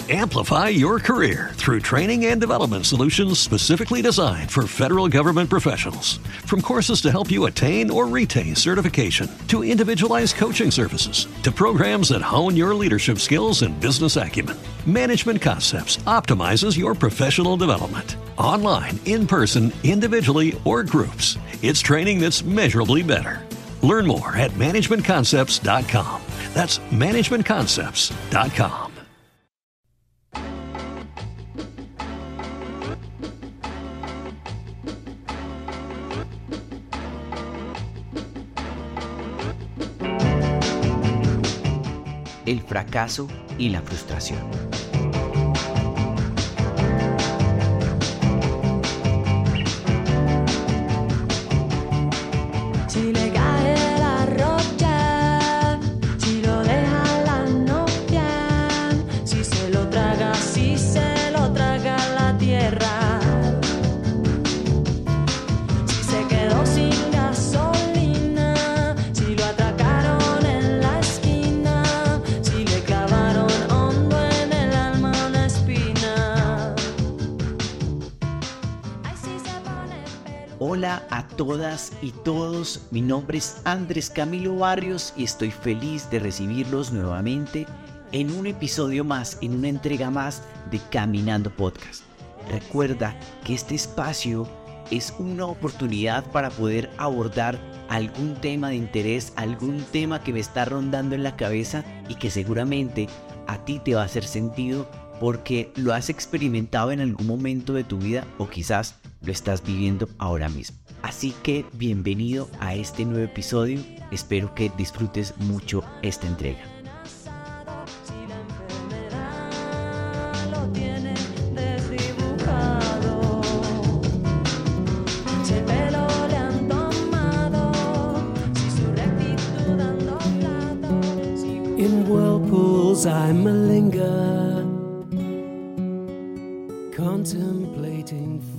Amplify your career through training and development solutions specifically designed for federal government professionals. From courses to help you attain or retain certification, to individualized coaching services, to programs that hone your leadership skills and business acumen, Management Concepts optimizes your professional development. Online, in person, individually, or groups, it's training that's measurably better. Learn more at managementconcepts.com. That's managementconcepts.com. El fracaso y la frustración. Si le cae la rocha, si lo deja la novia, si se lo traga la tierra, si se quedó sin gasolina, si lo atracaron en la esquina, si le clavaron hondo en el alma una espina. Ay, si se pone peludo. Hola a todas y todos, mi nombre es Andrés Camilo Barrios y estoy feliz de recibirlos nuevamente en un episodio más, en una entrega más de Caminando Podcast. Recuerda que este espacio es una oportunidad para poder abordar algún tema de interés, algún tema que me está rondando en la cabeza y que seguramente a ti te va a hacer sentido porque lo has experimentado en algún momento de tu vida o quizás lo estás viviendo ahora mismo. Así que bienvenido a este nuevo episodio, espero que disfrutes mucho esta entrega. Si la enfermedad lo tiene desdibujado, si el pelo le han tomado, si su rectitud han doblado, si In whirlpools I malinger, contemplating fate.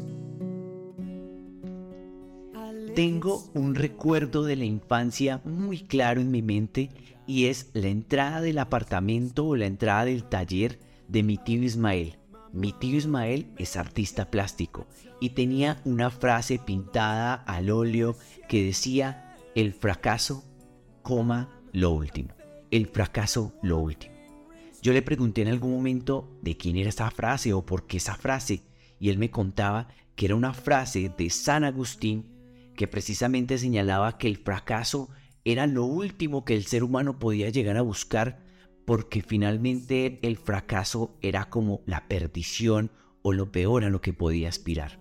Tengo un recuerdo de la infancia muy claro en mi mente y es la entrada del apartamento o la entrada del taller de mi tío Ismael. Mi tío Ismael es artista plástico y tenía una frase pintada al óleo que decía: el fracaso, lo último. El fracaso, lo último. Yo le pregunté en algún momento de quién era esa frase o por qué esa frase y él me contaba que era una frase de San Agustín que precisamente señalaba que el fracaso era lo último que el ser humano podía llegar a buscar porque finalmente el fracaso era como la perdición o lo peor a lo que podía aspirar.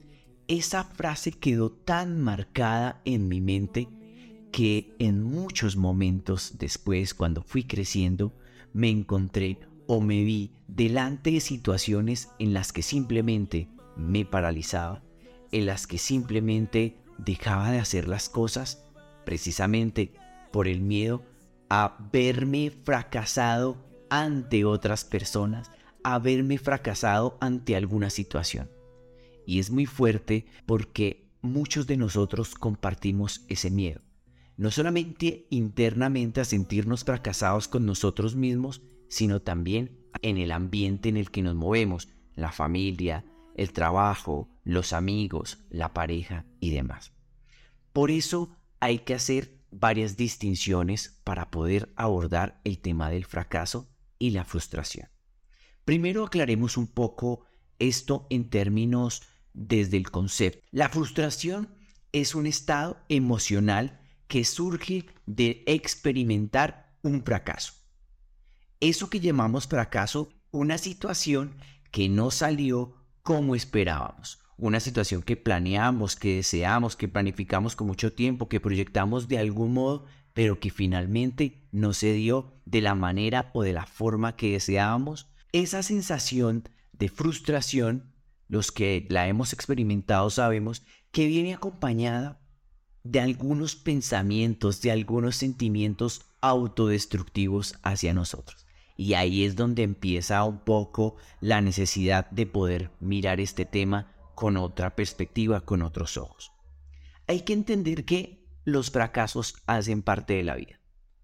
Esa frase quedó tan marcada en mi mente que en muchos momentos después, cuando fui creciendo, me encontré o me vi delante de situaciones en las que simplemente me paralizaba, en las que simplemente dejaba de hacer las cosas precisamente por el miedo a verme fracasado ante otras personas, a verme fracasado ante alguna situación. Y es muy fuerte porque muchos de nosotros compartimos ese miedo. No solamente internamente a sentirnos fracasados con nosotros mismos, sino también en el ambiente en el que nos movemos, la familia, el trabajo, los amigos, la pareja y demás. Por eso hay que hacer varias distinciones para poder abordar el tema del fracaso y la frustración. Primero aclaremos un poco esto en términos desde el concepto. La frustración es un estado emocional que surge de experimentar un fracaso. Eso que llamamos fracaso, una situación que no salió como esperábamos, una situación que planeamos, que deseamos, que planificamos con mucho tiempo, que proyectamos de algún modo, pero que finalmente no se dio de la manera o de la forma que deseábamos. Esa sensación de frustración, los que la hemos experimentado sabemos que viene acompañada de algunos pensamientos, de algunos sentimientos autodestructivos hacia nosotros. Y ahí es donde empieza un poco la necesidad de poder mirar este tema con otra perspectiva, con otros ojos. Hay que entender que los fracasos hacen parte de la vida.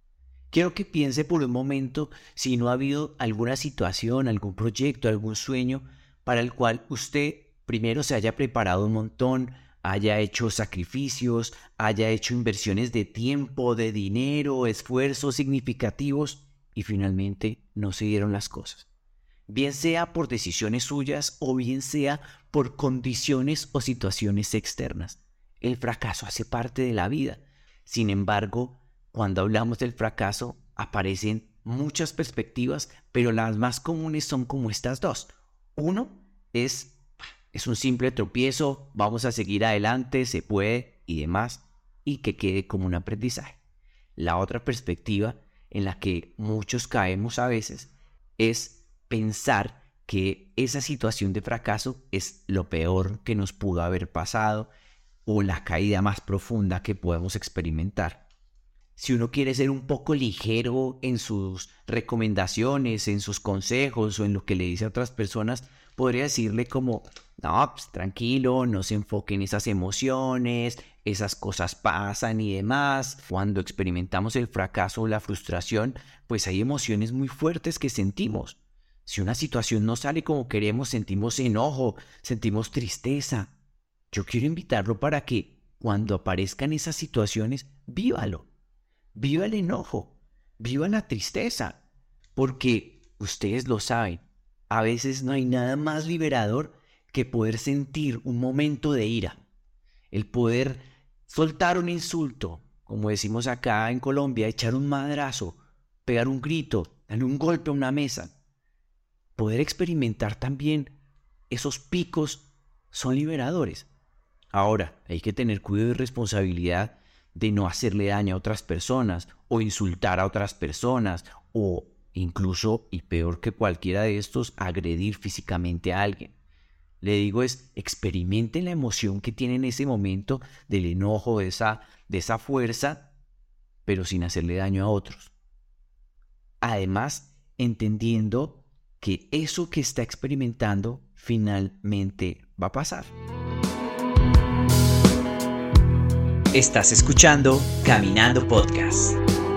Quiero que piense por un momento si no ha habido alguna situación, algún proyecto, algún sueño para el cual usted primero se haya preparado un montón, haya hecho sacrificios, haya hecho inversiones de tiempo, de dinero, esfuerzos significativos y finalmente no se dieron las cosas. Bien sea por decisiones suyas o bien sea por condiciones o situaciones externas. El fracaso hace parte de la vida. Sin embargo, cuando hablamos del fracaso, aparecen muchas perspectivas, pero las más comunes son como estas dos. Uno es un simple tropiezo, vamos a seguir adelante, se puede y demás, y que quede como un aprendizaje. La otra perspectiva en la que muchos caemos a veces es pensar que esa situación de fracaso es lo peor que nos pudo haber pasado o la caída más profunda que podemos experimentar. Si uno quiere ser un poco ligero en sus recomendaciones, en sus consejos o en lo que le dice a otras personas, podría decirle como, no, pues tranquilo, no se enfoque en esas emociones, esas cosas pasan y demás. Cuando experimentamos el fracaso o la frustración, pues hay emociones muy fuertes que sentimos. Si una situación no sale como queremos, sentimos enojo, sentimos tristeza. Yo quiero invitarlo para que cuando aparezcan esas situaciones, vívalo. Viva el enojo, viva la tristeza, porque ustedes lo saben, a veces no hay nada más liberador que poder sentir un momento de ira, el poder soltar un insulto, como decimos acá en Colombia, echar un madrazo, pegar un grito, darle un golpe a una mesa. Poder experimentar también esos picos son liberadores. Ahora, hay que tener cuidado y responsabilidad de no hacerle daño a otras personas o insultar a otras personas o incluso, y peor que cualquiera de estos, agredir físicamente a alguien. Le digo experimenten la emoción que tienen en ese momento del enojo, de esa fuerza, pero sin hacerle daño a otros. Además, entendiendo que eso que está experimentando finalmente va a pasar. Estás escuchando Caminando Podcast.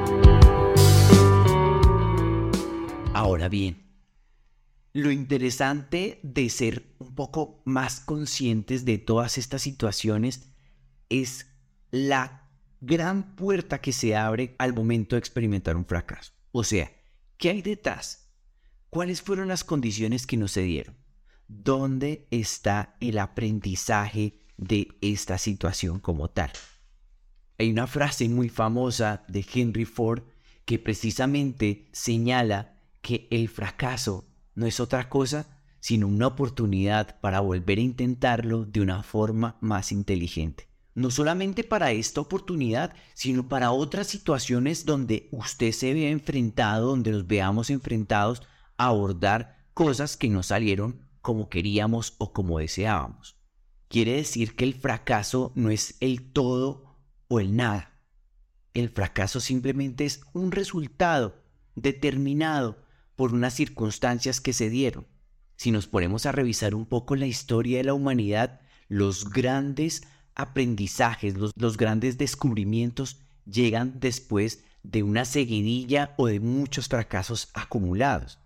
Ahora bien, lo interesante de ser un poco más conscientes de todas estas situaciones es la gran puerta que se abre al momento de experimentar un fracaso. O sea, ¿qué hay detrás? ¿Cuáles fueron las condiciones que no se dieron? ¿Dónde está el aprendizaje de esta situación como tal? Hay una frase muy famosa de Henry Ford que precisamente señala que el fracaso no es otra cosa sino una oportunidad para volver a intentarlo de una forma más inteligente. No solamente para esta oportunidad, sino para otras situaciones donde usted se vea enfrentado, donde nos veamos enfrentados a abordar cosas que no salieron como queríamos o como deseábamos. Quiere decir que el fracaso no es el todo o el nada. El fracaso simplemente es un resultado determinado por unas circunstancias que se dieron. Si nos ponemos a revisar un poco la historia de la humanidad, los grandes aprendizajes, los grandes descubrimientos llegan después de una seguidilla o de muchos fracasos acumulados.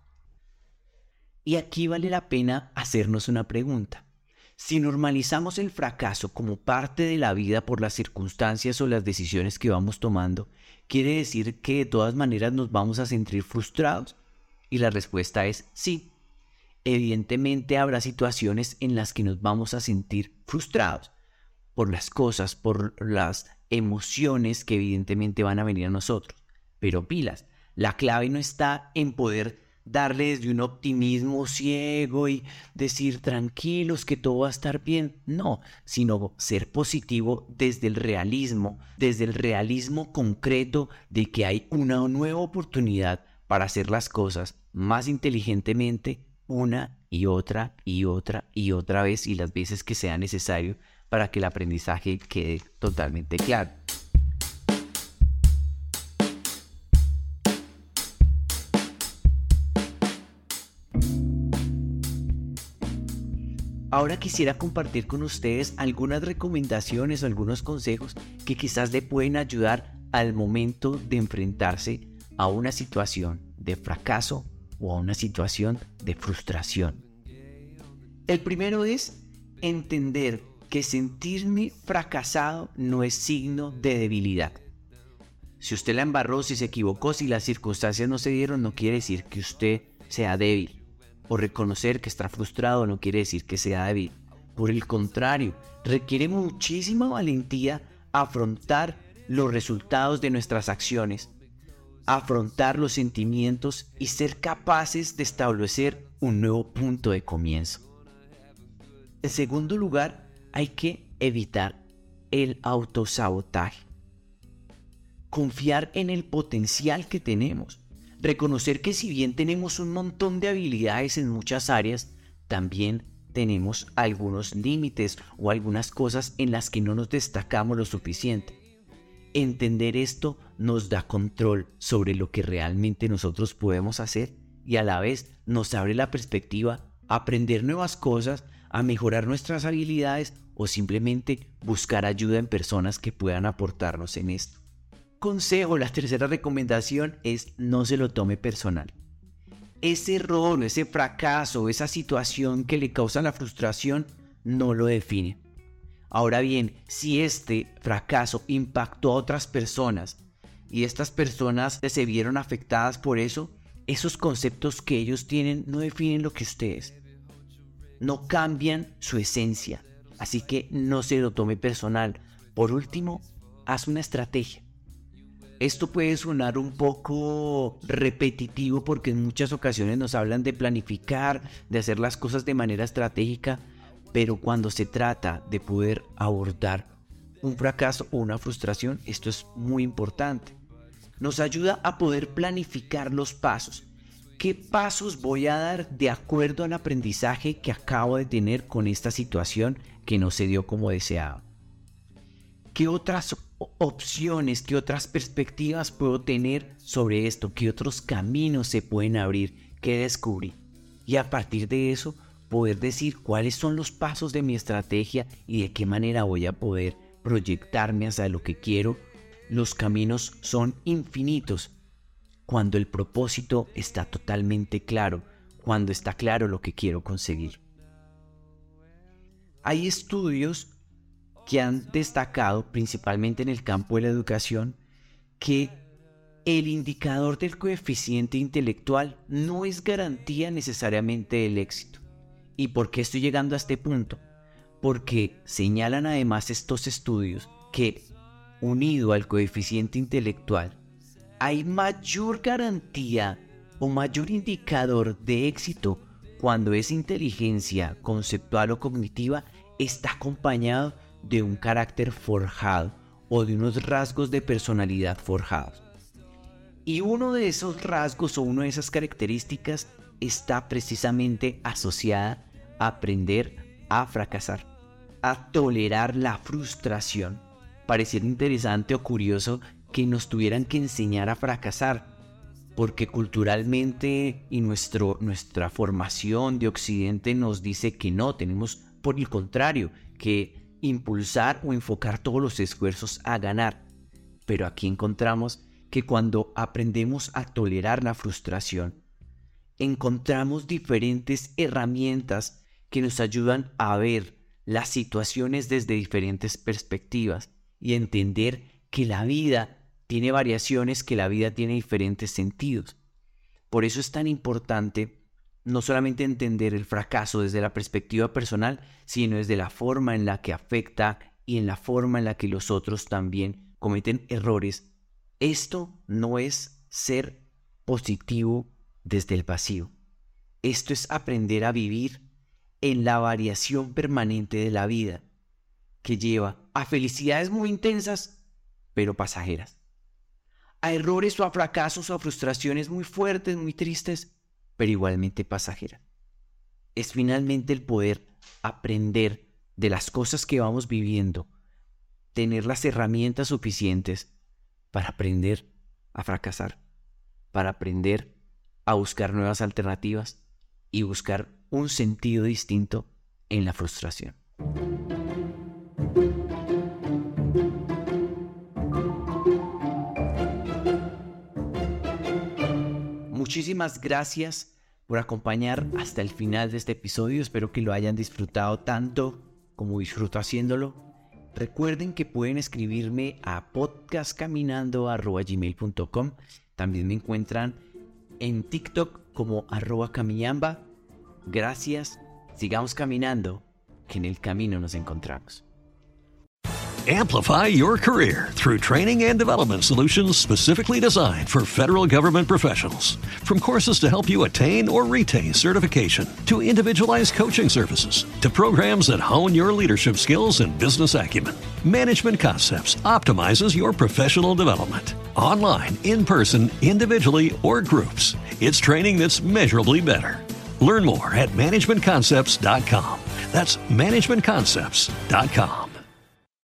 Y aquí vale la pena hacernos una pregunta. Si normalizamos el fracaso como parte de la vida por las circunstancias o las decisiones que vamos tomando, ¿quiere decir que de todas maneras nos vamos a sentir frustrados? Y la respuesta es sí. Evidentemente habrá situaciones en las que nos vamos a sentir frustrados por las cosas, por las emociones que evidentemente van a venir a nosotros. Pero pilas, la clave no está en poder darle desde un optimismo ciego y decir tranquilos que todo va a estar bien, no, sino ser positivo desde el realismo concreto de que hay una nueva oportunidad para hacer las cosas más inteligentemente una y otra y otra y otra vez y las veces que sea necesario para que el aprendizaje quede totalmente claro. Ahora quisiera compartir con ustedes algunas recomendaciones o algunos consejos que quizás le pueden ayudar al momento de enfrentarse a una situación de fracaso o a una situación de frustración. El primero es entender que sentirme fracasado no es signo de debilidad. Si usted la embarró, si se equivocó, si las circunstancias no se dieron, no quiere decir que usted sea débil. O reconocer que está frustrado no quiere decir que sea débil. Por el contrario, requiere muchísima valentía afrontar los resultados de nuestras acciones, afrontar los sentimientos y ser capaces de establecer un nuevo punto de comienzo. En segundo lugar, hay que evitar el autosabotaje. Confiar en el potencial que tenemos. Reconocer que si bien tenemos un montón de habilidades en muchas áreas, también tenemos algunos límites o algunas cosas en las que no nos destacamos lo suficiente. Entender esto nos da control sobre lo que realmente nosotros podemos hacer y a la vez nos abre la perspectiva a aprender nuevas cosas, a mejorar nuestras habilidades o simplemente buscar ayuda en personas que puedan aportarnos en esto. Consejo, la tercera recomendación es no se lo tome personal. Ese error, ese fracaso, esa situación que le causa la frustración no lo define. Ahora bien, si este fracaso impactó a otras personas y estas personas se vieron afectadas por eso, esos conceptos que ellos tienen no definen lo que usted es. No cambian su esencia, así que no se lo tome personal. Por último, haz una estrategia. Esto puede sonar un poco repetitivo porque en muchas ocasiones nos hablan de planificar, de hacer las cosas de manera estratégica, pero cuando se trata de poder abordar un fracaso o una frustración, esto es muy importante. Nos ayuda a poder planificar los pasos. ¿Qué pasos voy a dar de acuerdo al aprendizaje que acabo de tener con esta situación que no se dio como deseaba? ¿Qué otras opciones, qué otras perspectivas puedo tener sobre esto? ¿Qué otros caminos se pueden abrir? ¿Qué descubrí? Y a partir de eso, poder decir cuáles son los pasos de mi estrategia y de qué manera voy a poder proyectarme hacia lo que quiero. Los caminos son infinitos cuando el propósito está totalmente claro, cuando está claro lo que quiero conseguir. Hay estudios que han destacado, principalmente en el campo de la educación, que el indicador del coeficiente intelectual no es garantía necesariamente del éxito. ¿Y por qué estoy llegando a este punto? Porque señalan además estos estudios que, unido al coeficiente intelectual, hay mayor garantía o mayor indicador de éxito cuando esa inteligencia conceptual o cognitiva está acompañado de un carácter forjado o de unos rasgos de personalidad forjados. Y uno de esos rasgos o una de esas características está precisamente asociada a aprender a fracasar, a tolerar la frustración. Pareciera interesante o curioso que nos tuvieran que enseñar a fracasar, porque culturalmente y nuestra formación de Occidente nos dice que no, tenemos por el contrario que impulsar o enfocar todos los esfuerzos a ganar. Pero aquí encontramos que cuando aprendemos a tolerar la frustración, encontramos diferentes herramientas que nos ayudan a ver las situaciones desde diferentes perspectivas y entender que la vida tiene variaciones, que la vida tiene diferentes sentidos. Por eso es tan importante no solamente entender el fracaso desde la perspectiva personal, sino desde la forma en la que afecta y en la forma en la que los otros también cometen errores. Esto no es ser positivo desde el vacío. Esto es aprender a vivir en la variación permanente de la vida, que lleva a felicidades muy intensas, pero pasajeras, a errores o a fracasos o a frustraciones muy fuertes, muy tristes, pero igualmente pasajeras. Es finalmente el poder aprender de las cosas que vamos viviendo, tener las herramientas suficientes para aprender a fracasar, para aprender a buscar nuevas alternativas y buscar un sentido distinto en la frustración. Muchísimas gracias por acompañar hasta el final de este episodio. Espero que lo hayan disfrutado tanto como disfruto haciéndolo. Recuerden que pueden escribirme a podcastcaminando@gmail.com. También me encuentran en TikTok como @camillamba. Gracias, sigamos caminando, que en el camino nos encontramos. Amplify your career through training and development solutions specifically designed for federal government professionals. From courses to help you attain or retain certification, to individualized coaching services, to programs that hone your leadership skills and business acumen, Management Concepts optimizes your professional development. Online, in person, individually, or groups, it's training that's measurably better. Learn more at managementconcepts.com. That's managementconcepts.com.